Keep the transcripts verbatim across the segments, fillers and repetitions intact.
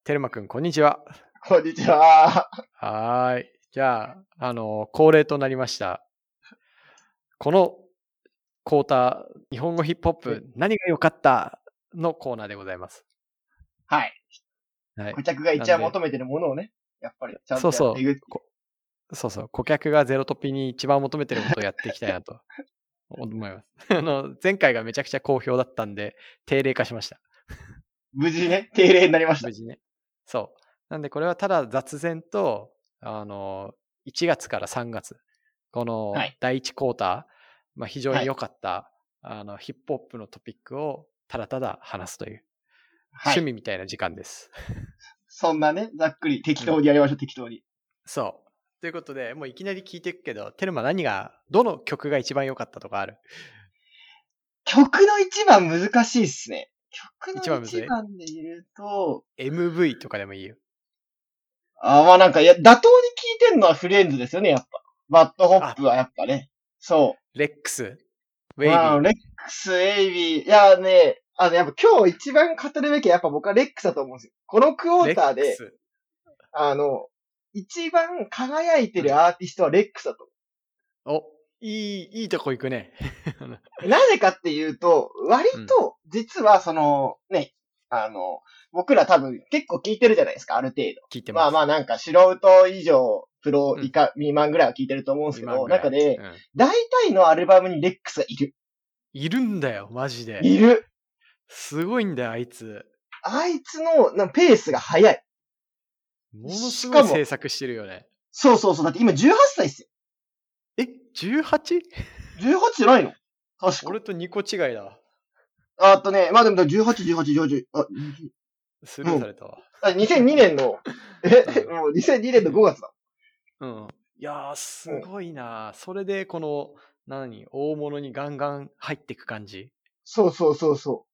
テルマくん、こんにちは。 こんにちは。 はーい。じゃあ、あの、恒例となりました。このクォーター、日本語ヒップホップ、何が良かったのコーナーでございます。 はい。 はい。 顧客が一番求めてるものをね、やっぱりちゃんとやっていくっていう。 そうそう。顧客がゼロトピに一番求めてることをやっていきたいなと思います。あの、前回がめちゃくちゃ好評だったんで、定例化しました。 無事ね、定例になりました。 無事ね。そう。なんでこれはただ雑談と、あの、いちがつからさんがつ、このだいいちクォーター、はい、まあ、非常に良かった、はい、あのヒップホップのトピックをただただ話すという、はい、趣味みたいな時間です。 そんなね、ざっくり適当にやりましょう、うん、適当に。 そう。ということで、もういきなり聞いていくけど、テルマ何が、どの曲が一番良かったとかある？ 曲の一番難しいっすね。曲の一番で言うと、 エムブイ とかでもいいよ。 あまあなんか、いや、妥当に聞いてるのはフレンズですよね、やっぱ。バッドホップはやっぱね。そう。 レックス、ウェイビー。 レックス、ウェイビー。いやね、あの、やっぱ今日一番語るべきはやっぱ僕はレックスだと思うんですよ。このクォーターで、あの、一番輝いてるアーティストはレックスだと思う。お、いい、いいとこ行くね。 なぜかっていうと、割と、実はその、ね、あの、僕ら多分結構聞いてるじゃないですか、ある程度。 聞いてます。 まあまあなんか素人以上、プロ以下、未満ぐらいは聞いてると思うんですけど、中で、大体のアルバムにレックスがいる。 いるんだよ、マジで。 いる。 すごいんだよ、あいつ。 あいつのなペースが速い。 ものすごい制作してるよね。 そうそうそう。だって今じゅうはっさいっすよ。 え ?じゅうはち? じゅうはち じゃないの確か。 俺とにこ違いだわ。 あとね、まあでもじゅうはち、じゅうはち、じゅうはち、あ、 スルーされたわ。 うん、にせんにねんの、え、うん、もうにせんにねんのごがつだ。 うん。いやー、すごいな、うん、それでこの、何、大物にガンガン入っていく感じ。 そうそうそうそう。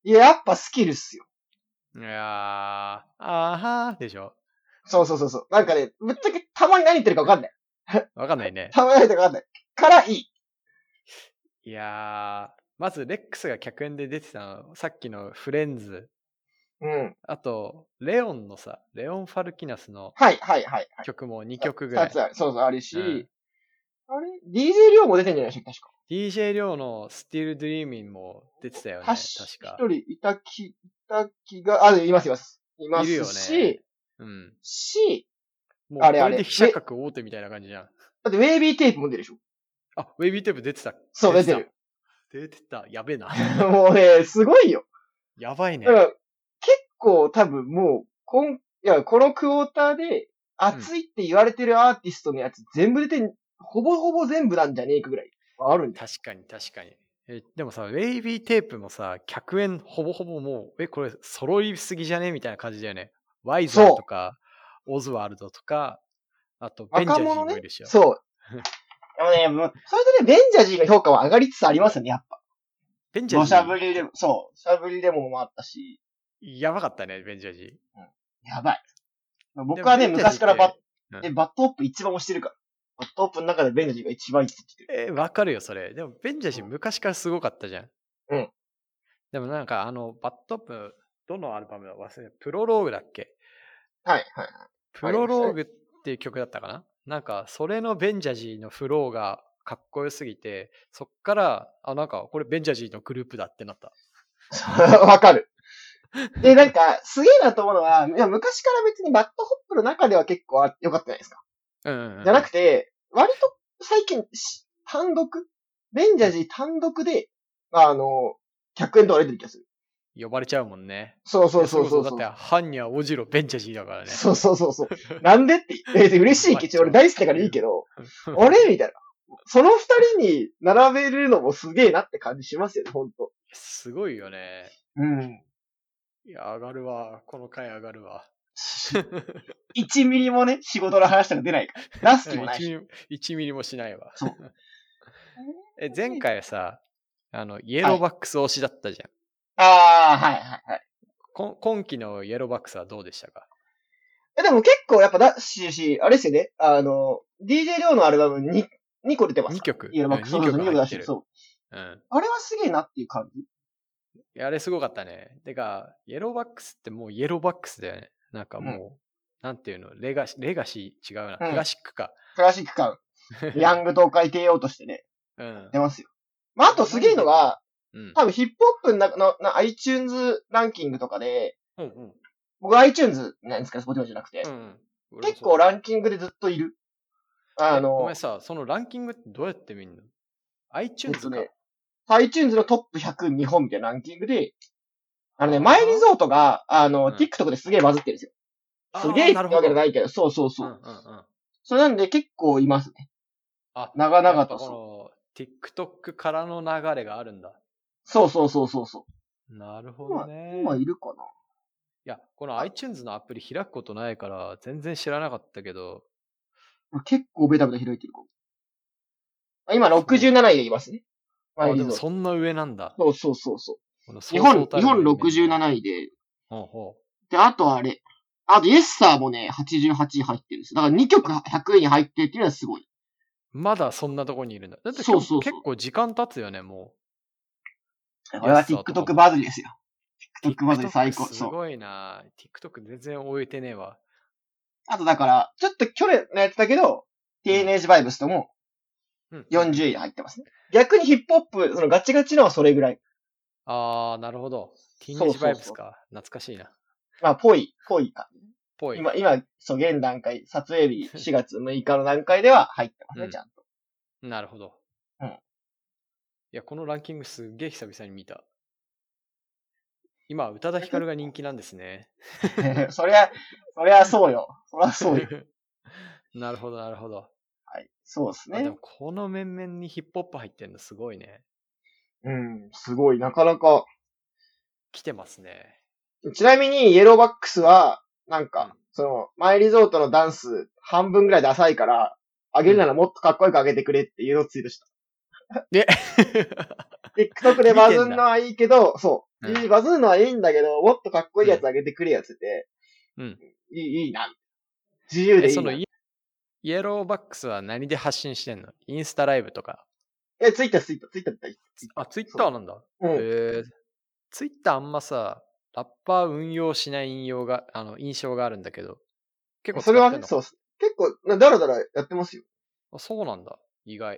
いや、やっぱスキルっすよ。 いやー、あーはーでしょ。 そうそうそうそう。なんかね、ぶっちゃけたまに何言ってるか分かんない。 分かんないね。 たまに何言ってるか分かんない。からいい。 いやー、まずレックスが客演で出てたの、さっきのフレンズ。 うん。 あと、レオンのさ、レオン・ファルキナスのはいはいはい。 曲もにきょくぐらい。 そうそう、あるし、うん、あれ ?ディージェー リョウも出てんじゃないですか、確か。 ディージェー リョウの Still Dreaming も出てたよね、確か。 一人いた気、いた気が、あ、いますいます。いますし、いるよね。 うん。 し、 もうこれで飛車角大手みたいな感じじゃん。 だってウェイビーテープも出るでしょ。 あ、ウェイビーテープ出てた。 そう、出てる。 出てた。やべえな。 もうね、すごいよ。 やばいね。 結構多分もう、こん、いや、このクォーターで熱いって言われてるアーティストのやつ全部出て、ほぼほぼ全部なんじゃねえかぐらいあるんだよ。 確かに確かに。え、でもさ、ウェイビーテープもさ、客演ほぼほぼもう、え、これ揃いすぎじゃねみたいな感じだよね。ワイザーとか、オズワルドとか、あと、ベンジャジーもいるし、 ね、そう。あのね、もう、それでね、ベンジャジーの評価は上がりつつありますよね、やっぱ。 ベンジャジー。 しゃぶりでも、そう、しゃぶりでももあったし。 やばかったね、ベンジャジー。 うん。やばい。僕はね、昔からバッ、うん、え、バットオップ一番推してるから。バットオップの中でベンジャジーが一番いいって言ってる。えー、わかるよ、それ。でも、ベンジャジー昔からすごかったじゃん。 うん。 でもなんか、あの、バットオップ、どのアルバムだ忘れプロローグだっけ？ はいはいはい。 プロローグっていう曲だったかな、なんか、それのベンジャジーのフローがかっこよすぎて、そっから、あ、なんか、これベンジャジーのグループだってなった。 わかる。で、なんか、すげえなと思うのは、いや、昔から別にバッドホップの中では結構良かったじゃないですか。 うんうんうん、 じゃなくて、割と最近、単独ベンジャジー単独で、あの、ひゃくえんとか出てる気がする。 呼ばれちゃうもんね。 そうそうそうそうそう。だって、ハンニャ、オジロ、ベンチャジーだからね。 そうそうそうそう。なんでって、えー、嬉しいけど、俺大好きだからいいけど、あれみたいな。その二人に並べるのもすげえなって感じしますよね、ほんと。 すごいよね。 うん。 いや、上がるわ。この回上がるわ。 いちミリもね、仕事の話とか出ないから。出す気もないし。 いちミリもしないわ。 そう。 え、前回さ、あの、イエローバックス推しだったじゃん。 ああ、はいはいはい。 今期のイエローバックスはどうでしたか？ え、でも結構やっぱだし、し、あれですよね。あの、ディージェー リョウのアルバムに、にこ出てます。 にきょく。 イエローバックス、にきょく出してる。そう。 うん。 あれはすげえなっていう感じ。 あれすごかったね。てか、イエローバックスってもうイエローバックスだよね。なんかもう、うん、なんていうの、レガシー、レガシー違うな。クラシックか。 クラシックか。ヤング東海帝王としてね。うん。出ますよ。まあ、あとすげえのが、うん、多分ヒップホップの中のの iTunes ランキングとかで、うんうん、僕 iTunes なんですけど、Spotify じゃなくて、うんうん、結構ランキングでずっといる。 あの、ごめんさ、そのランキングってどうやって見るの？ iTunes か、 ね、iTunes のトップひゃく日本みたいなランキングで、あのね、マイリゾートが、あの、うん、TikTok ですげえバズってるんですよ。すげえってわけじゃないけど、そうそうそう。うんうんうん、それなんで結構いますね。 あ、 長々とそう。 TikTok からの流れがあるんだ。 そうそうそうそうそう。 なるほどね。 今、今いるかな？ いや、この iTunes のアプリ開くことないから、全然知らなかったけど。 結構ベタベタ開いてるかも。今ろくじゅうなないでいますね。 あ、でもそんな上なんだ。 そうそうそうそう。日本、日本ろくじゅうなないで。ほうほう。で、あとあれ。あと、イエスサーもね、はちじゅうはちい入ってるんです。だからにきょくひゃくいに入ってるっていうのはすごい。 まだそんなとこにいるんだ。だってそうそうそう結構時間経つよね、もう。これは TikTok バズりですよ。TikTok バズり最高。 すごいな。TikTok 全然終えてねえわ。 あとだから、ちょっと去年のやつだけど、ティーネージバイブスともよんじゅうい入ってますね。うん、逆にヒップホップ、そのガチガチのはそれぐらい。 あー、なるほど。ティーネージバイブスか。そうそうそう懐かしいな。 まあ、ぽい、ぽいか。 ぽい。 今、今、そう、現段階、撮影日しがつむいかの段階では入ってますね、うん、ちゃんと。 なるほど。うん。いや、このランキングすっげえ久々に見た。今、宇多田ヒカルが人気なんですね。 そりゃ、そりゃそうよ。そりゃそうよ。 なるほど、なるほど。 はい。そうですね。 でも、この面々にヒップホップ入ってるのすごいね。 うん、すごい。なかなか。 来てますね。 ちなみに、イエローバックスは、なんか、うん、その、マイリゾートのダンス、半分ぐらいダサいから、上げるならもっとかっこよく上げてくれっていうのをツイートした。 え TikTok でバズるのはいいけど、そう、うん。バズるのはいいんだけど、もっとかっこいいやつ上げてくれやつって、うん。いい、いいな。自由でいいな。え、そのイエローバックスは何で発信してんの？インスタライブとか。 え、ツイッター、ツイッター、ツイッターって。 あ、ツイッターなんだ。うん。えー、ツイッターあんまさ、ラッパー運用しない引用が、あの、印象があるんだけど。 結構使ってんの？それはね、そう。結構、だらだらやってますよ。 あ、そうなんだ。意外。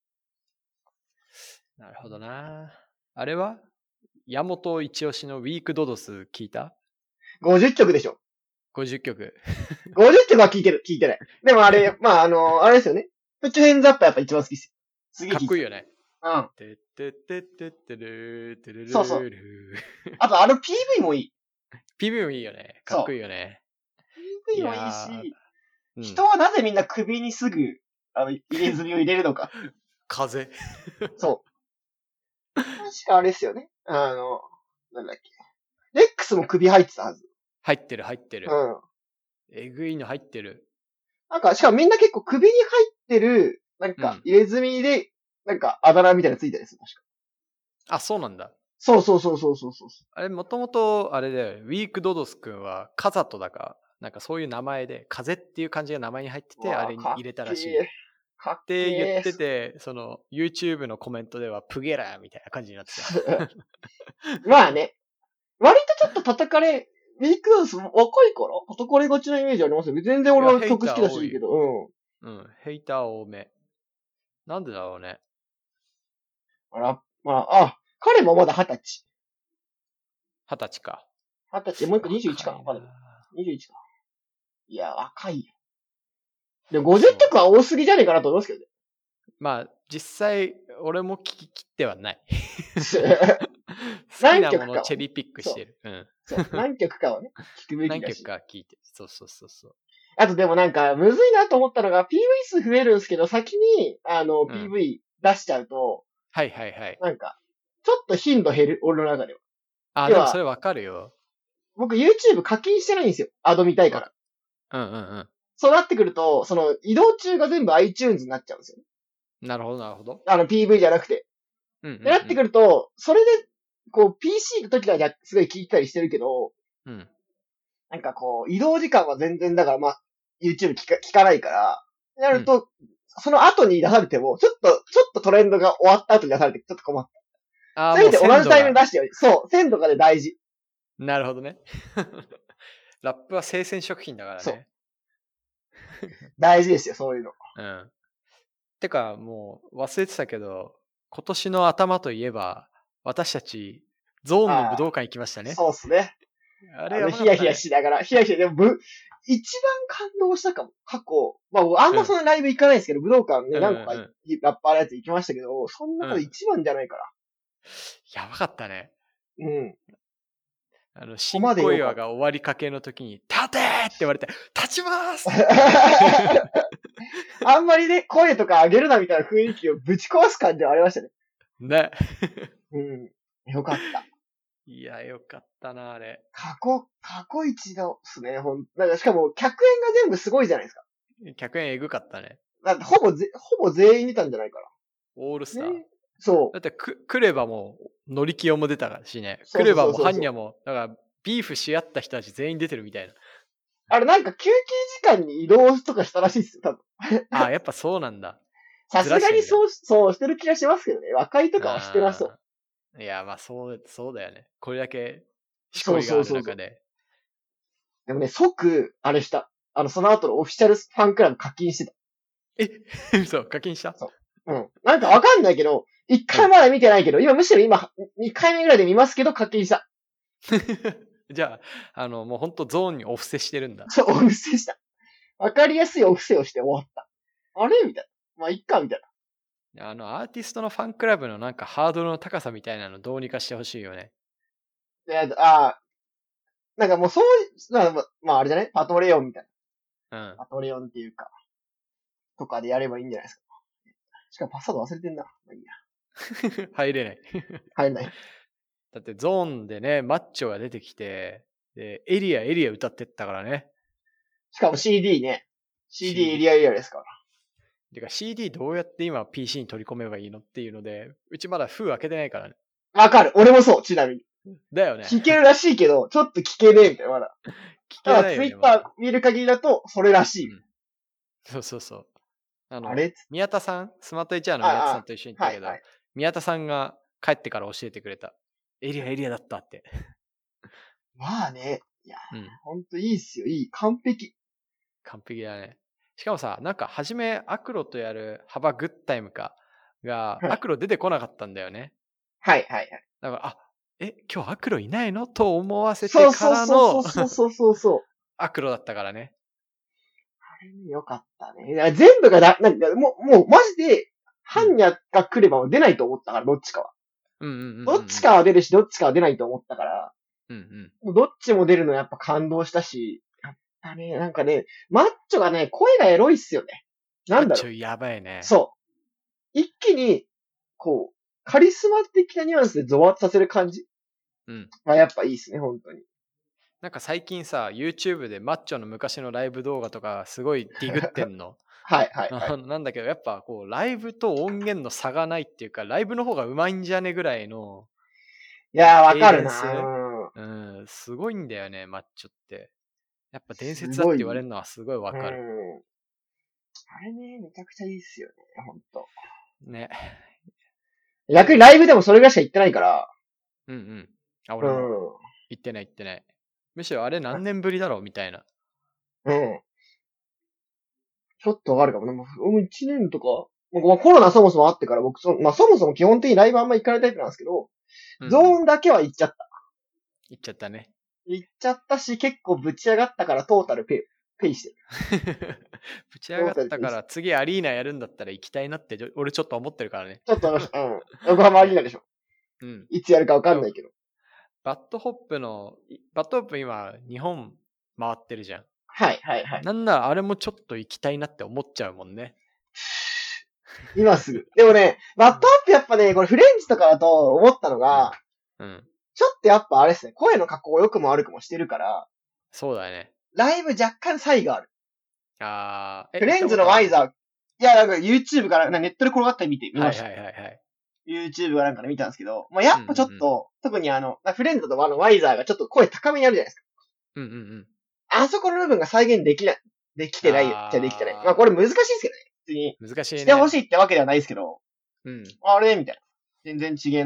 なるほどな。あれは山本一押しのウィークドドス聞いた？ ごじゅっ 曲でしょ。 ごじゅっきょく。 ごじゅっきょくは聞いてる、聞いてない。でもあれ、まあ、あの、あれですよね。プッチュヘンズアップやっぱ一番好きですよ。 すげえかっこいいよね。 うん。 てってってってってるーてるるー。 そうそう。あと、あの ピーブイ もいい。 ピーブイ もいいよね。かっこいいよね。 ピーブイ もいいし、い人はなぜみんな首にすぐ、あの、入れ墨を入れるのか。 風。 そう。確かあれですよね。あの、なんだっけ。レックスも首入ってたはず。 入ってる入ってる。うん。えぐいの入ってる。 なんか、しかもみんな結構首に入ってる、なんか、入れ墨で、うん、なんか、あだ名みたいなのついてるんですよ、確か。 あ、そうなんだ。 そうそうそうそうそうそう。 あれ、もともと、あれで、ウィークドドス君は、カザトだか、なんかそういう名前で、風っていう漢字が名前に入ってて、あれに入れたらしい。 かっって言ってて、その、YouTube のコメントでは、プゲラーみたいな感じになってた。 まあね。割とちょっと叩かれ、ウィークドドス若いから叩かれがちなイメージありますよ。全然俺は曲好きだしいいけど。うん。 うん、ヘイター多め。なんでだろうね。 あら、まあ、あ、彼もまだ二十歳。 二十歳か。 二十歳、もう一個にじゅういちか。まだ。にじゅういちか。いや、若いよ。でもごじゅっきょくは多すぎじゃねえかなと思いますけどね。 まあ、実際、俺も聞き切ってはない。好きなものをチェリーピックしてる。うん。 そう。何曲かはね、聞くべきだし。 何曲か聞いてる。そうそうそうそう。 あとでもなんか、むずいなと思ったのが、ピーブイ 数増えるんですけど、先に、あの、ピーブイ 出しちゃうと、 うん、はいはいはい。 なんか、ちょっと頻度減る、俺の中では。 あ、でもそれわかるよ。 僕 YouTube 課金してないんですよ。アド見たいから。 うんうんうん。 そうなってくると、その、移動中が全部 iTunes になっちゃうんですよね。 なるほどなるほど。 あの ピーブイ じゃなくて。うんうんうん。ってなってくると、それで、こう、ピーシー の時はすごい聞いたりしてるけど、うん。なんかこう、移動時間は全然だから、まあ、YouTube 聞か、聞かないから、なると、うん、その後に出されても、ちょっと、ちょっとトレンドが終わった後に出されて、ちょっと困っああ、 せめて同じタイミング出出してよ。そう、鮮度がね、大事。 なるほどね。ラップは生鮮食品だからね。 そう。大事ですよ、そういうの。 うん。てか、もう忘れてたけど、今年の頭といえば、私たち、ゾーンの武道館行きましたね。 そうっすね。 あれやばかったね。 ヒヤヒヤしながら、ヒヤヒヤ、でもぶ、一番感動したかも。過去。まあ、あんまそのライブ行かないですけど、うん、武道館ね、何個か、うんうん、ラッパーのやつ行きましたけど、その中で一番じゃないから。 うん、やばかったね。 うん。 あの、新小岩が終わりかけの時に、立てって言われて、立ちますあんまりね、声とか上げるなみたいな雰囲気をぶち壊す感じはありましたね。 ね。 うん。よかった。 いや、よかったな、あれ。 過去、過去一度っすね、ほん。なんかしかも、客演が全部すごいじゃないですか。 客演エグかったね。 だってほぼぜ、ほぼ全員出たんじゃないかな。 オールスター。ね、 そう。 だってく、来ればもう、乗り気も出たしね。来ればもう、ハンニャも、だから、ビーフし合った人たち全員出てるみたいな。 あれなんか休憩時間に移動とかしたらしいっすよ、多分。 ああ、やっぱそうなんだ。 さすがにそう、そうしてる気がしますけどね。若いとかはしてなそう。 いや、まあそう、そうだよね。これだけ、しこりがある中で。そうそうそうそう。 でもね、即、あれした。あの、その後のオフィシャルファンクラブ課金してた。 えそう、課金した？ そう。うん。なんかわかんないけど、一回まだ見てないけど、うん、今むしろ今、二回目ぐらいで見ますけど課金した。 じゃあ、あの、もうほんとゾーンにお布施してるんだ。 そう、お布施した。わかりやすいお布施をして終わった。あれみたいな。まあ、いっか、みたいな。あの、アーティストのファンクラブのなんかハードルの高さみたいなのどうにかしてほしいよね。 いや、ああ、なんかもうそう、まあ、まあ、あれじゃないパトレオンみたいな。うん。パトレオンっていうか、とかでやればいいんじゃないですか。しかもパスワード忘れてんな。まあいいや。入れない。 入れない。 だってゾーンでね、マッチョが出てきて、で、エリア、エリア歌ってったからね。 しかも シーディー ね。シーディー エリアエリアですから。 てか シーディー どうやって今 ピーシー に取り込めばいいのっていうので、うちまだ封開けてないからね。 わかる。俺もそう、ちなみに。 だよね。 聞けるらしいけど、ちょっと聞けねえみたいな、まだ。聞けないよね。ツイッター見る限りだと、それらしい、うん。 そうそうそう。あの、 あれ宮田さん、スマートエイチアール の宮田さんと一緒に行ったけど、はいはい、宮田さんが帰ってから教えてくれた。エリアエリアだったって。 まあね。いや、うん、ほんといいっすよ。いい。完璧。 完璧だね。しかもさ、なんか、はじめ、アクロとやる、ハバグッタイムか、が、はい、アクロ出てこなかったんだよね。 はいはいはい。 だから、あ、え、今日アクロいないのと思わせてからの、 そうそうそうそうそう。 アクロだったからね。 あれね、よかったね。全部がだ、なんか、もう、もう、マジで、ハンニャが来れば出ないと思ったから、どっちかは。 うんうんうんうん、 どっちかは出るし、どっちかは出ないと思ったから、 うんうん、どっちも出るのやっぱ感動したし、やっぱね、なんかね、マッチョがね、声がエロいっすよね。なんだろう。マッチョやばいね。 そう。一気に、こう、カリスマ的なニュアンスでゾワッとさせる感じ。 うん。 あ、やっぱいいっすね、本当に。 なんか最近さ、YouTube でマッチョの昔のライブ動画とかすごいディグってんの。 はいはい、はい、 なんだけど、やっぱこう、ライブと音源の差がないっていうか、ライブの方が上手いんじゃねぐらいの。 いやー、わかるなうん。すごいんだよね、マッチョって。やっぱ伝説だって言われるのはすごいわかる。 あれね、めちゃくちゃいいっすよね、ほんと。 ね。 逆にライブでもそれぐらいしか行ってないから。 うんうん。あ、俺も行ってない行ってない。むしろあれ何年ぶりだろうみたいな。 うん。ちょっとわかるかもね。もういちねんとか、まあ、コロナそもそもあってから僕そ、まあそもそも基本的にライブあんま行かないタイプなんですけど、うん、ゾーンだけは行っちゃった。 行っちゃったね。 行っちゃったし、結構ぶち上がったからトータルペイ、ペイしてる。ぶち上がったから次アリーナやるんだったら行きたいなって俺ちょっと思ってるからね。 ちょっと、うん。横浜アリーナでしょ。うん。いつやるかわかんないけど。 バッドホップの、バッドホップ今日本回ってるじゃん。 はいはいはい。 なんならあれもちょっと行きたいなって思っちゃうもんね。 今すぐ。でもね、バッドホップやっぱね、これフレンチとかだと思ったのが、うん。うん、ちょっとやっぱあれですね、声の加工を良くも悪くもしてるから、 そうだね。 ライブ若干差異がある。 あー、フレンズのワイザー、いや、なんか YouTube から、ネットで転がったり見てみました。 はいはいはいはい。 YouTube かなんかで見たんですけど、まあ、やっぱちょっと、うんうんうん、特にあの、フレンズとあのワイザーがちょっと声高めにあるじゃないですか。 うんうんうん。 あそこの部分が再現できない、できてないじゃできてない。まあこれ難しいですけどね。普通に。 難しいね。 してほしいってわけではないですけど。 うん。 あれみたいな。全然違えな、みたい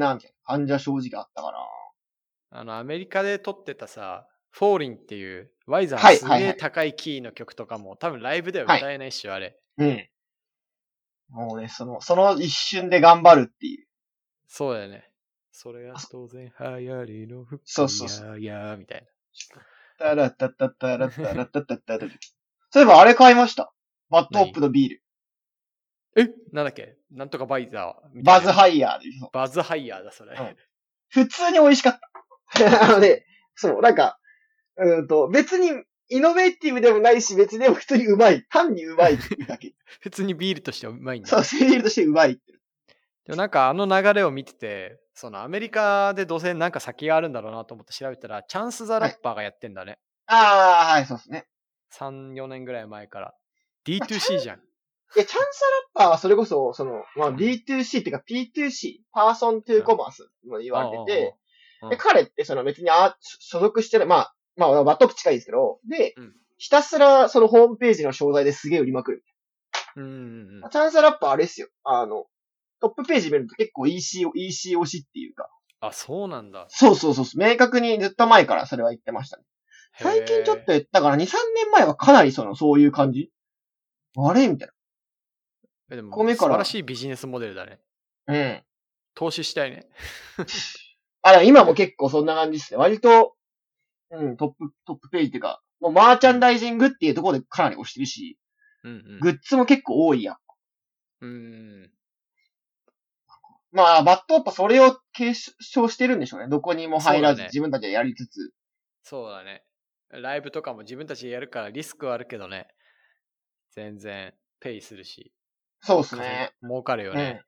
感じは正直あったかな。あの、アメリカで撮ってたさ、フォーリンっていう、ワイザーすげえ高いキーの曲とかも、多分ライブでは歌えないっしょ、あれ。 うん。もうね、その、その一瞬で頑張るっていう。 そうだよね。それが当然流行りの服そうそうそう。 ややみたいな。 タラッタッタッタラッタラッタッタッタラッ。そういえばあれ買いました。バッドホップのビール。 えなんだっけなんとかバイザーバズハイヤーで。 バズハイヤーだ、それ。うん、 普通に美味しかった。あのね、そう、なんか、うんと、別にイノベーティブでもないし、別に普通にうまい。単にうまいっていうだけ。 普通にビールとしてうまいんだ。 そう、ビールとしてうまいって。 でもなんかあの流れを見てて、そのアメリカでどうせなんか先があるんだろうなと思って調べたら、チャンス・ザ・ラッパーがやってんだね。 はい、ああ、はい、そうですね。 さん、よねんぐらい前から。ディーツーシー じゃん。 いや、チャンス・ザ・ラッパーはそれこそ、その、まあ、ディーツーシー っていうか ピーツーシー、パーソン・トゥ・コマースも言われてて、うん、で、彼ってその別にあ所属してる、まあ、まあ、バットク近いですけど、で、うん、ひたすらそのホームページの商材ですげえ売りまくる。 うんうんうん、 チャンス・ザ・ラッパーあれっすよ。あの、トップページ見ると結構 イーシー、イーシー 推しっていうか。 あ、そうなんだ。 そうそうそう。明確にずっと前からそれは言ってましたね。最近ちょっと言ったから、に、さんねんまえはかなりその、そういう感じあれみたいな。 え、でも、素晴らしいビジネスモデルだね。 うん。 投資したいね。 あ、今も結構そんな感じですね。割と、うん、トップ、トップページっていうか、もうマーチャンダイジングっていうところでかなり押してるし、うんうん、グッズも結構多いやん。うん。まあ、バットやっぱそれを継承してるんでしょうね。どこにも入らず、ね、自分たちでやりつつ。 そうだね。ライブとかも自分たちでやるからリスクはあるけどね。全然ペイするし。 そうですね。 儲かるよね。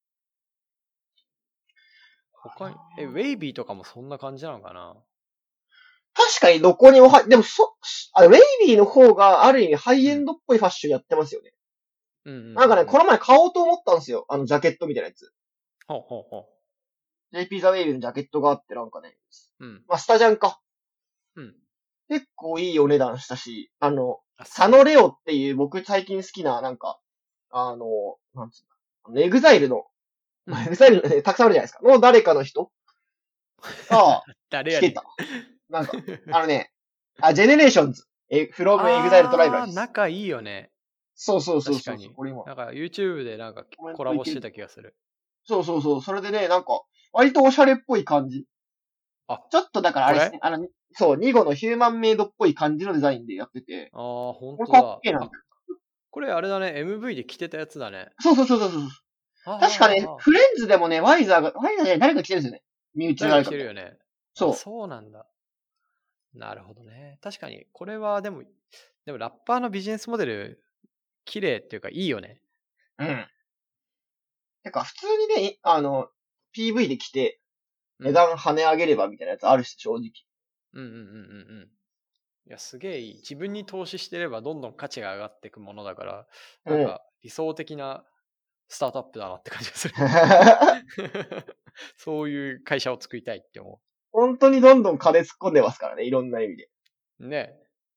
うん、他に、え、ウェイビーとかもそんな感じなのかな？ 確かにどこにも入、でもそ、あ、ウェイビーの方がある意味ハイエンドっぽいファッションやってますよね。うん、うんうんうん、なんかね、この前買おうと思ったんですよ。あのジャケットみたいなやつ。 ほうほうほう。 ジェイピー ザ・ウェイビーのジャケットがあってなんかね。うん。まあ、スタジャンか。うん。結構いいお値段したし、あの、サノレオっていう僕最近好きな、なんか、あの、なんつうの、エグザイルの、うん、エグザイルね、たくさんあるじゃないですか。の誰かの人が、 誰やねん。着てた。なんか、あのね、あ、ジェネレーションズ。え、フロムエグザイルトライブラリー。 仲いいよね。 そうそうそうそう。 確かに。これ今なんか YouTube でなんかコラボしてた気がする。 そうそうそう。それでね、なんか、割とオシャレっぽい感じ。あ、ちょっとだからあれですね。あの、そう、ニゴのヒューマンメイドっぽい感じのデザインでやってて。 ああ、ほんとだ。かっけえな。これあれだね、エムブイ で着てたやつだね。 そうそうそうそうそう。確かね、フレンズでもね、ワイザーが、ワイザーじゃ誰か着てるんですよね。身内が着てるよね。 そう。 そうなんだ。なるほどね。確かに、これはでも、でもラッパーのビジネスモデル、綺麗っていうかいいよね。 うん。てか、普通にね、あの、ピーブイ で着て、値段跳ね上げればみたいなやつあるし、正直。 うんうんうんうんうん。いや、すげえいい。自分に投資してればどんどん価値が上がっていくものだから、なんか理想的なスタートアップだなって感じがする。そういう会社を作りたいって思う。 本当にどんどん金突っ込んでますからね、いろんな意味で。 ね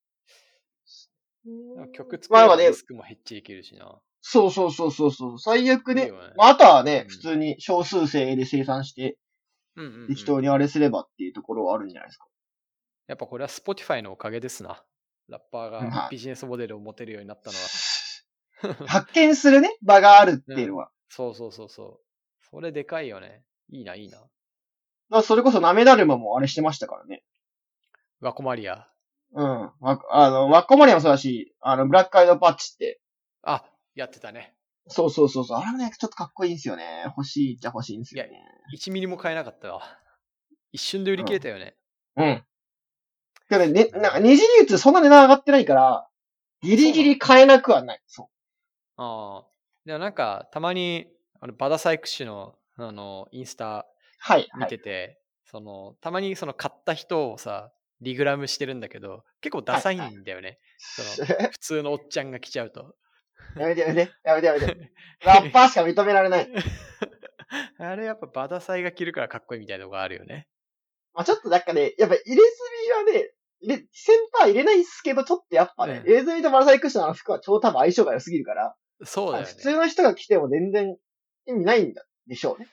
え。曲作ればリスクもヘッジできるしな。 そうそうそうそうそう。最悪ね。いいねまあ、あとはね、うん、普通に少数生で生産して、うんうんうん、適当にあれすればっていうところはあるんじゃないですか。 やっぱこれは Spotify のおかげですな。ラッパーがビジネスモデルを持てるようになったのは。発見するね、場があるっていうのは、うん。 そうそうそうそう。それでかいよね。いいな、いいな。 まあ、それこそナメダルマもあれしてましたからね。 ワコマリア。 うん。あの、ワコマリアもそうだし、あの、ブラックアイドパッチって。 あ、やってたね。 そうそうそうそう。あれもね、ちょっとかっこいいんですよね。欲しいじゃ欲しいんですよね。いや、 いちミリも買えなかったわ。一瞬で売り切れたよね。 うん。うんけどね、なんか二次流通そんな値段上がってないから、ギリギリ買えなくはない。そう。 ああ。でもなんか、たまに、あの、バダサイク氏の、あの、インスタ、見てて、はいはい、その、たまにその買った人をさ、リグラムしてるんだけど、結構ダサいんだよね。はいはい、その普通のおっちゃんが来ちゃうと。 やめてやめて、やめてやめて。ラッパーしか認められない。 あれやっぱバダサイが着るからかっこいいみたいなのがあるよね。 まあちょっとなんかね、やっぱ入れ墨はね、入れ、せんパーセント入れないっすけど、ちょっとやっぱね、うん、入れ墨とバダサイクッションの服は超多分相性が良すぎるから。 そうだよね。 普通の人が着ても全然意味ないんだでしょうね。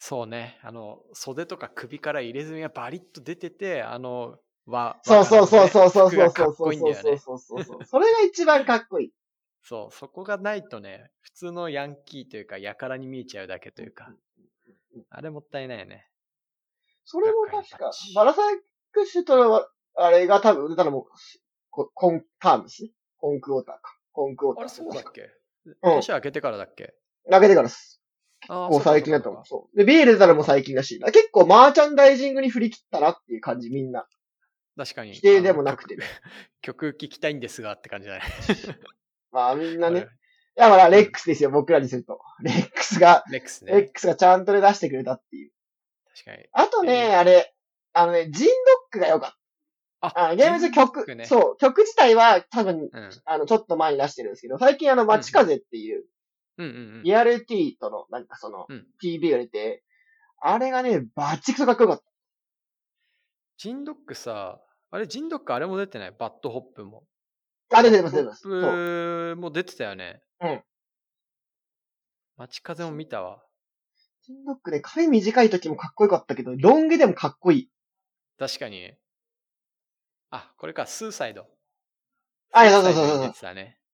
そうね。あの、袖とか首から入れ墨がバリッと出てて、あの、わ、 そうそうそうそうそう服がかっそうそうこいいんだよね。 そうそうそう。それが一番かっこいい。 そう、そこがないとね、普通のヤンキーというか、やからに見えちゃうだけというか、あれもったいないよね。 それも確か、バラサイクシュとは、あれが多分売れたのも、コンタームですね。コンクォーターか。コンクォーター。 あれそうだっけ？ うん。 年明けてからだっけ？ 明けてからです。 ああ、 こう最近だと思う。そう。で、ビール出たらも最近だし、結構マーチャンダイジングに振り切ったなっていう感じ、みんな。 確かに。 否定でもなくて。 曲聴きたいんですがって感じだね。 まあみんなね。いや、まあ、レックスですよ、僕らにすると。レックスが、 レックスね。 レックスがちゃんとで出してくれたっていう。 確かに。 あとね、あれ、あのね、ジンドックが良かった。あゲームズ曲、ね、そう、曲自体は多分、うん、あの、ちょっと前に出してるんですけど、最近あの、街風っていう、 うんうんうん、 リアル T との、なんかその、うん、ピービー が出て、あれがね、バッチクソかっこよかった。 ジンドックさ、あれ、ジンドックあれも出てない？バッドホップも。 あ、出てます、出てます。 バッドホップも出てたよね。 うん。 街風も見たわ。 ジンドックね、髪短い時もかっこよかったけど、ロン毛でもかっこいい。 確かに。あ、これか、スーサイド。 あ、そうそうそうそう。 出てたね。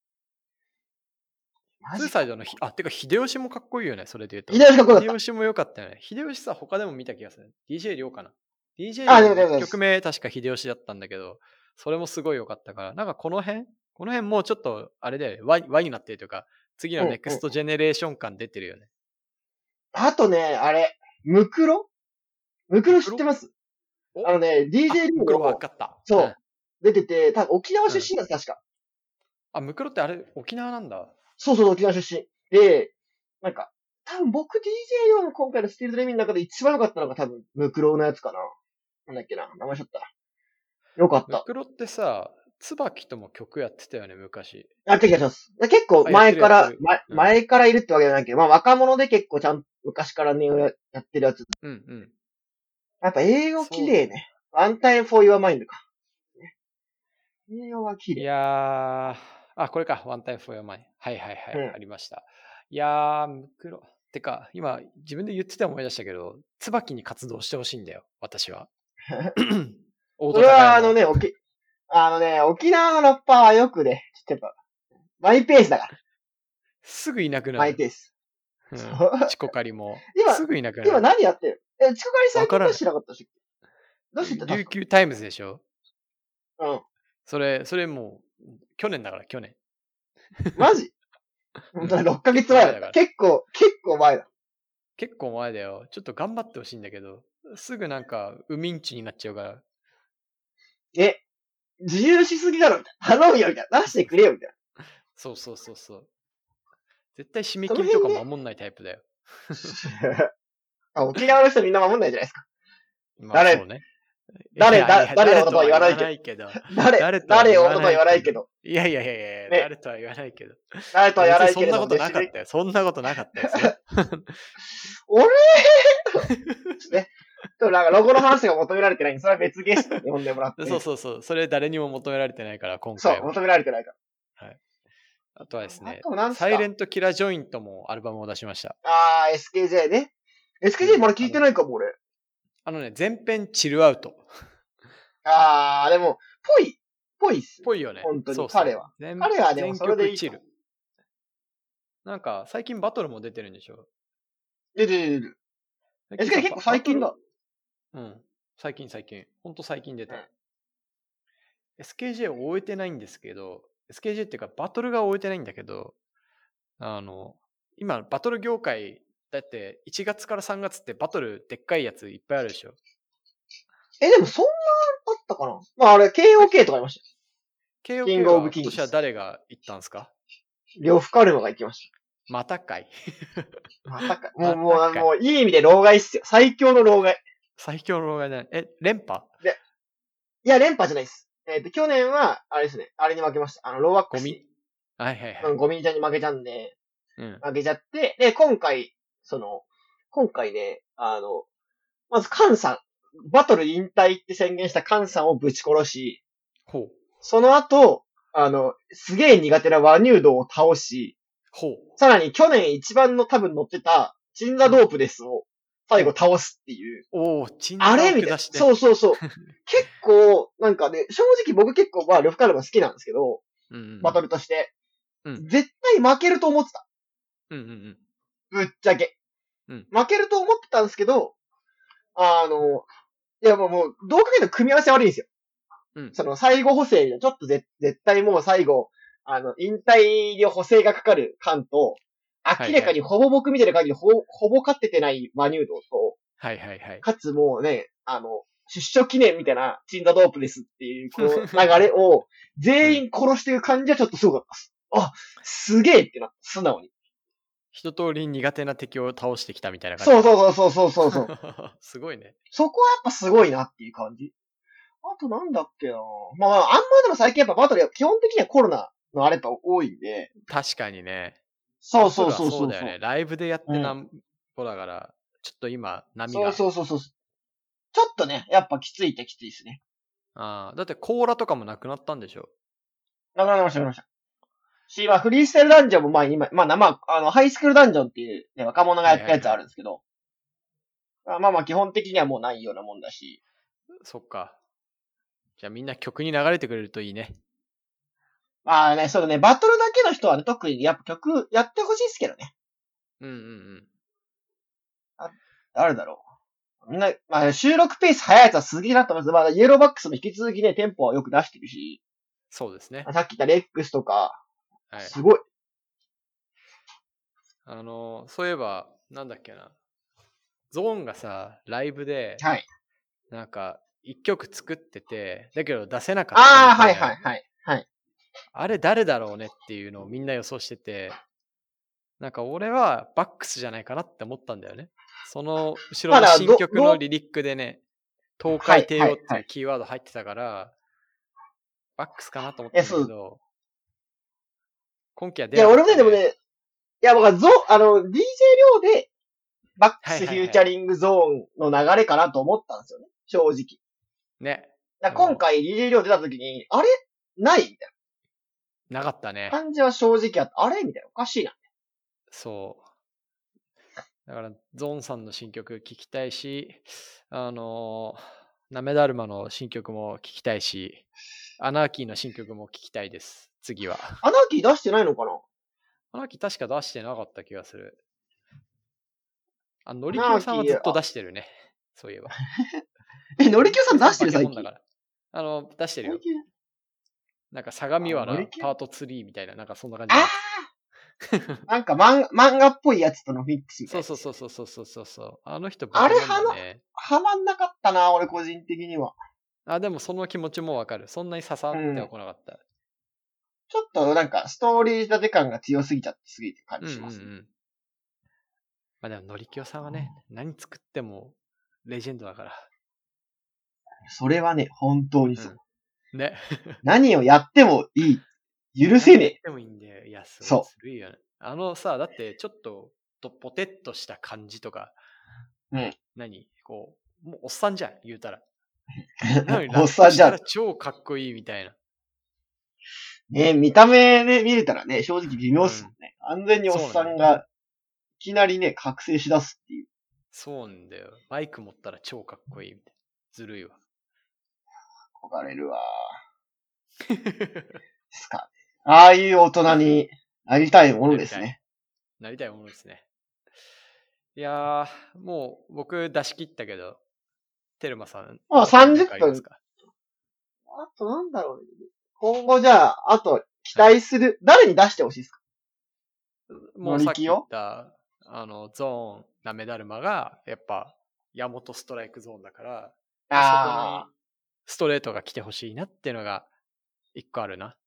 スーサイドの、あ、てか、秀吉もかっこいいよね、それで言うと。 秀吉かっこよかった。 秀吉も良かったよね。秀吉さ、他でも見た気がする。ディージェー 亮かな。ディージェー 亮のいっきょくめ確か秀吉だったんだけど、それもすごい良かったから、なんかこの辺この辺もうちょっと、あれで、輪になってるというか、次のネクストジェネレーション感出てるよね。 うんうん、あとね、あれ、ムクロムクロ知ってます？あのね、ディージェームクロ分かった。 そう、うん、出てて、多分沖縄出身なんです、確か。 あ、ムクロってあれ、沖縄なんだ。 そうそう、沖縄出身。で、なんか、多分僕 ディージェー の今回のスティールドレミの中で一番良かったのが多分、ムクロのやつかな。なんだっけな、名前しちゃった。よかった。 ムクロってさ、椿とも曲やってたよね、昔。 やってきたします。結構前から、前、うん、前からいるってわけじゃないけど、まあ若者で結構ちゃんと昔からね、やってるやつ。 うんうん。 やっぱ英語綺麗ね。One Time for Your Mind か。英語は綺麗。 いやー、あ、これか、One Time for Your Mind。はいはいはい、うん、ありました。いやー、ムクロ。てか、今、自分で言ってて思い出したけど、椿に活動してほしいんだよ、私は。 それはあのね、沖、あのね、沖縄のラッパーはよくね、ちょっとやっぱ、マイペースだから。 すぐいなくなる。 マイペース。 うん、チコカリも。 今、 すぐいなくなる。 今何やってる？え、チコカリ最近どうしてなかったしどうしてた？琉球タイムズでしょ？ うん。 それ、それもう、去年だから、去年。 マジ？本当にろっかげつまえだから。結構、結構前だ。 結構前だよ。ちょっと頑張ってほしいんだけど、すぐなんか、ウミンチになっちゃうから。 え、自由しすぎだろみたいな。頼むよみたいな。出してくれよみたいな。そうそうそうそう。絶対締め切りとか守んないタイプだよ。 あ、沖縄の人みんな守んないじゃないですか。 まあ、誰、そうね。 誰、だ誰のことは言わないけど。誰、誰をとは言わないけど。 いやいやいやいや、ね、誰とは言わないけど。 誰とは言わないけど。 そんなことなかったよ。そんなことなかったですよ。 俺ね。なんかロゴの話が求められてないんで、それは別ゲストに呼んでもらって。 そうそうそう。それ誰にも求められてないから、今回は。 そう、求められてないから。 はい。あとはですね、サイレントキラージョイントもアルバムを出しました。 あー、エスケージェー ね。エスケージェー まだ聞いてないかも、俺。 あのね、全編チルアウト。 あー、でも、ぽい、ぽいっす。 ぽいよね。 本当に、 そうそう彼は。彼はでもそれでいい。 チル。なんか、最近バトルも出てるんでしょ？ 出てる出てる。エスケージェー 結構最近だ。 うん。最近最近。ほんと最近出た。うん、エスケージェー を終えてないんですけど、エスケージェー っていうかバトルが終えてないんだけど、あの、今バトル業界、だっていちがつからさんがつってバトルでっかいやついっぱいあるでしょ。 え、でもそんなあったかな？まああれ、ケーオーケー とかありました。 ケーオーケー キングオブキング。今年は誰が行ったんですか？ 呂布カルマが行きました。 またかい。 またかい。もう、もう、もう、いい意味で老害っすよ。最強の老害。 最強の老害だね。え、連覇？ で、いや、連覇じゃないです。えっ、ー、と、去年は、あれですね、あれに負けました。あの、ローワックス。 ゴミはいはいはい。 うん、ゴミちゃんに負けちゃんで、 うん、 負けちゃって、で、今回、その、今回ね、あの、まず、カンさん。バトル引退って宣言したカンさんをぶち殺し、 ほう。 その後、あの、すげえ苦手なワニュードを倒し、 ほう。 さらに去年一番の多分乗ってた、チンザドープですを最後倒すっていう。 おお、鎮あ座れみたいな。 を下して。 そうそうそう。結構、なんかね、正直僕結構、まあ、呂布カルマ好きなんですけど、 うんうんうん、 バトルとして、 うん。 絶対負けると思ってた。 うんうんうん。 ぶっちゃけ。 うん、 負けると思ってたんですけど、あの、いやもう、もう、どうかけると組み合わせ悪いんですよ。 うん。 その、最後補正で、ちょっとぜ絶対もう最後、あの、引退で補正がかかる感と、明らかにほぼ僕見てる限りほ、ほぼ勝ててないマニュードと、 はいはいはい。 かつもうね、あの、出所記念みたいな、チンダドープですっていう、この流れを、全員殺していく感じはちょっとすごかったです。あ、すげえってなった、素直に。 一通り苦手な敵を倒してきたみたいな感じ。 そうそうそうそうそうそう。 すごいね。 そこはやっぱすごいなっていう感じ。あとなんだっけなまあまあ、あんまでも最近やっぱバトル、基本的にはコロナのあれと多いんで。 確かにね。 そうそうそうそう。 そうだよね。ライブでやってなんぼだから、ちょっと今、波が。 そうそうそうそう。ちょっとね、やっぱきついってきついですね。 ああ、だってコーラとかもなくなったんでしょ？ なくなりました、なくなりました。し、まあ、フリースタイルダンジョンもまあ今、まあ、まあ、あの、ハイスクールダンジョンっていう、ね、若者がやったやつあるんですけど、はいはいはい、まあまあ基本的にはもうないようなもんだし。 そっか。じゃあみんな曲に流れてくれるといいね。 まあね、そうだね、バトルだけの人はね、特にやっぱ曲やってほしいですけどね。 うんうんうん。 あ、誰だろう。みんな、まあ収録ペース早いやつはすげえなと思います。まあイエローバックスも引き続きね、テンポはよく出してるし。 そうですね。 さっき言ったレックスとか、 はい、 すごい。 あの、そういえば、なんだっけな。ゾーンがさ、ライブで、 はい。 なんか、一曲作ってて、だけど出せなかったみたいな。 ああ、はいはいはい。はい。 あれ誰だろうねっていうのをみんな予想してて、なんか俺はバックスじゃないかなって思ったんだよね。その後ろの新曲のリリックでね、東海帝王っていうキーワード入ってたから、バックスかなと思ったんだけど、今期は出なかった、ね。 いや、俺もね、でもね、いや、僕はゾあの、ディージェー 量で、バックスフューチャリングゾーンの流れかなと思ったんですよね。正直。 ね。 今回 ディージェー 量出た時に、あれないみたいな。なかったね。 感じは正直あった。あれみたいな。おかしいな。 そう。だから、ゾーンさんの新曲聴きたいし、あのー、なめだるまの新曲も聴きたいし、アナーキーの新曲も聴きたいです。次は。 アナーキー出してないのかな？ アナーキー確か出してなかった気がする。あ、のりきよさんはずっと出してるね。そういえば。 え、のりきよさん出してる最近。 あの、出してるよ。なんか相模原パートスリーみたいな、なんかそんな感じ。 ああなんか漫漫画っぽいやつとのフィックスみたいな、 ね。そうそうそうそうそうそうそう。あの人バカなんだね。あれはま、はまんなかったな、俺個人的には。 あ、でもその気持ちもわかる。そんなに刺さってはこなかった。うん、 ちょっとなんかストーリー立て感が強すぎちゃってすぎて感じします、ね。うんうんうん。 まあでも、のりきよさんはね、何作ってもレジェンドだから。 それはね、本当にそう。 うん、ね。 何をやってもいい。許せねえ。やってもいいんだよ。いや、そう。ずるいよね。あのさ、だってちょっと、とポテッとした感じとか、 うん。 何こう、もうおっさんじゃん、言うたら。 おっさんじゃん。 超かっこいいみたいな。 ね見た目ね、見れたらね、正直微妙っすもんね。うん、完全におっさんが、いきなりね、覚醒しだすっていう。 そうなんだよ。マイク持ったら超かっこいいみたいな。ずるいわ。 憧れるわ。ですか。ああいう大人になりたいものですね。 なりたいものですね。いやー、もう僕出し切ったけど、テルマさん。 あ、さんじゅっぷん。あとなんだろうね。今後じゃあ、あと期待する。はい、誰に出してほしいですか？ もうさっき言った、あの、ゾーン、なめだるまが、やっぱ、ヤモトストライクゾーンだから、あそこにストレートが来てほしいなっていうのが、一個あるな。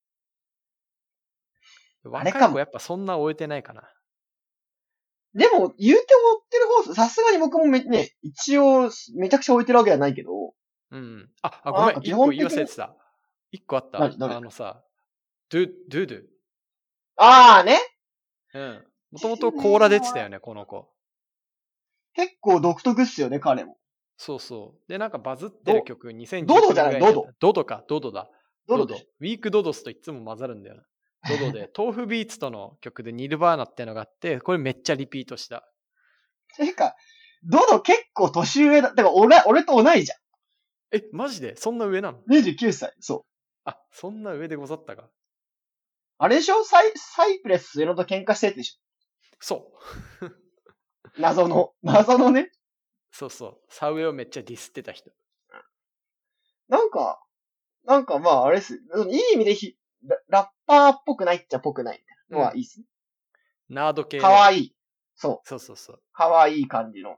若い子やっぱそんな終えてないかな。 でも、言うて追ってる方、さすがに僕もめね、一応、めちゃくちゃ置いてるわけじゃないけど。 うん。あ、あごめん、一個言い忘れてた。一個あった。あのさ、ドゥ、ドゥドゥ。 ああね。 うん。もともとコーラ出てたよね、この子。 結構独特っすよね、彼も。 そうそう。で、なんかバズってる曲にせんじゅうきゅうドドじゃない、ドド。 ドドか、ドドだ。 ドド。ドド。 ウィークドドスといつも混ざるんだよな。ドドで、豆腐ビーツとの曲でニルバーナってのがあって、これめっちゃリピートした。 ていうか、 ドド結構年上だ。だから俺、俺と同いじゃん。 え、マジでそんな上なの？ にじゅうきゅうさい、そう。 あ、そんな上でござったか。 あれでしょ？サイ、サイプレス上野と喧嘩してるでしょ？ そう。 謎の、謎のね。 そうそう。サウエをめっちゃディスってた人。 なんか、なんかまああれっす。いい意味でひラ、ラッパーっぽくないっちゃっぽくないみたいなのはいいっすね。 うん、ナード系。 かわいい。そう。 そうそうそう。 かわいい感じの。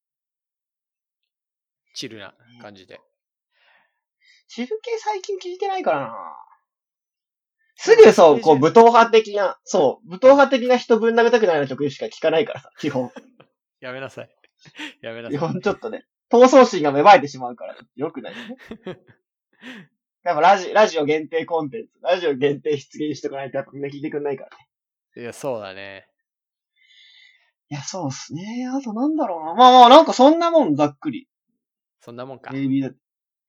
チルな感じで。 チル系最近聞いてないからな。すぐそう、こう、武闘派的な、そう、武闘派的な人ぶん殴りたくないような曲しか聞かないからさ、基本。 やめなさい。やめなさい。 基本ちょっとね、闘争心が芽生えてしまうから、よくないね。やっぱラジ、ラジオ限定コンテンツ、ラジオ限定出現しとかないとやっぱみんな聞いてくんないからね。 いや、そうだね。 いや、そうっすね。あとなんだろうな。まあまあ、なんかそんなもん、ざっくり。 そんなもんか。 エービー だ。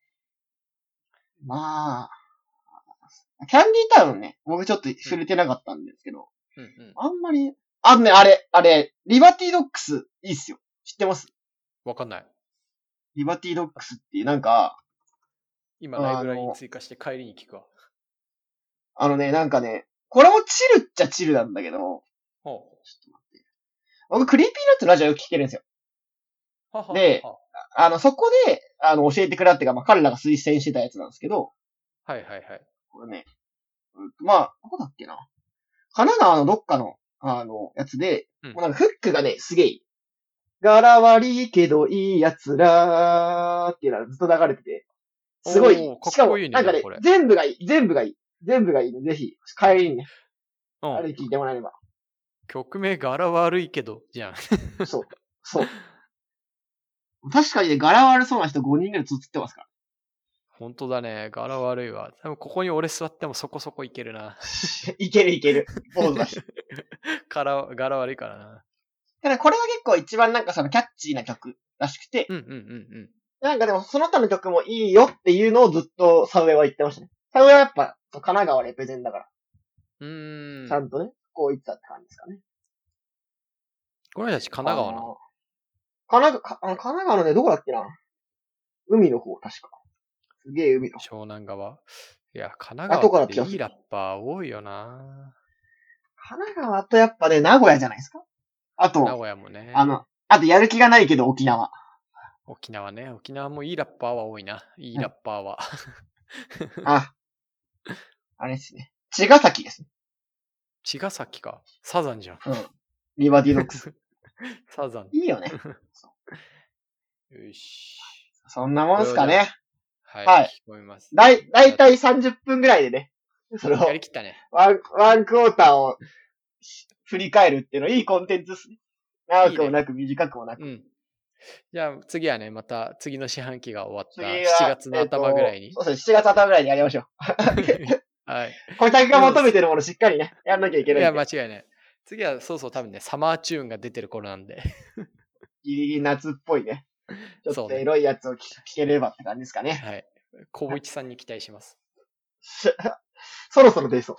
まあ、キャンディータウンね。僕ちょっと触れてなかったんですけど。 うんうん、 あんまり、あのね、あれ、あれ、リバティドックス、いいっすよ。知ってます？ わかんない。 リバティドックスっていう、なんか、 今ライブラリに追加して帰りに聞くわ。 あのね、なんかね、これもチルっちゃチルなんだけど、ほう。ちょっと待って。僕、クリーピーナッツのラジオよく聞けるんですよ。はははで、あの、そこで、あの、教えてくれたっていうか、まあ、彼らが推薦してたやつなんですけど、 はいはいはい。 これね、まあ、どこだっけな。神奈川のどっかの、あの、やつで、うん、もうなんかフックがね、すげえ、柄悪いけどいい奴らーっていうのがずっと流れてて、すごい、かっこいいね。しかも、なんかね、全部がいい、全部がいい、全部がいいので、ぜひ、帰りにね、うん、あれ聞いてもらえれば。 曲名柄悪いけど、じゃん。 そう、そう。確かにね、柄悪そうな人ごにんぐらい映ってますから。 本当だね。柄悪いわ。多分ここに俺座ってもそこそこいけるな。 いけるいける。坊主だし。 柄、柄悪いからな。 ただこれが結構一番なんかそのキャッチーな曲らしくて。 うんうんうんうん。 なんかでもその他の曲もいいよっていうのをずっとサウエは言ってましたね。サウエはやっぱ神奈川レペゼンだから。 うーん。 ちゃんとね、こう言ってたって感じですかね。 この人たち神奈川なの？ 神奈川、神奈川のね、どこだっけな？海の方、確か。すげえ海の方。湘南側。いや、神奈川っていいラッパー多いよな。 神奈川とやっぱね、名古屋じゃないですか？あと、 名古屋もね。 あの、あとやる気がないけど沖縄。 沖縄ね。沖縄もいいラッパーは多いな。いいラッパーは。 あ、あれですね。茅ヶ崎ですね。 茅ヶ崎か。サザンじゃん。 うん。リバティドックス。 サザン。 いいよね。 よし。 そんなもんすかね。 はい。はい。聞こえます。 だい、だいたいさんじゅっぷんぐらいでね。それを。 やりきったね。 ワン、ワンクォーターを振り返るっていうのいいコンテンツですね。長くもなく短くもなく。いいね、うん。 じゃあ次はね、また次の四半期が終わったしちがつの頭ぐらいに。 えー、そうですね、しちがつ頭ぐらいにやりましょう。はい。これ先が求めてるものしっかりね、やんなきゃいけない。 いや、間違いない。次はそうそう多分ね、サマーチューンが出てる頃なんで。 ギリギリ夏っぽいね。ちょっとエロいやつを聞ければって感じですかね。 はい。小一さんに期待します。 そろそろ出そう。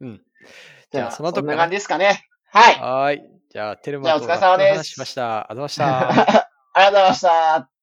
うん。 じゃあ、そんな感じですかね。はい。 はい。じゃあ、テルマとお疲れ様です。 話しました。ありがとうございました。 ありがとうございました。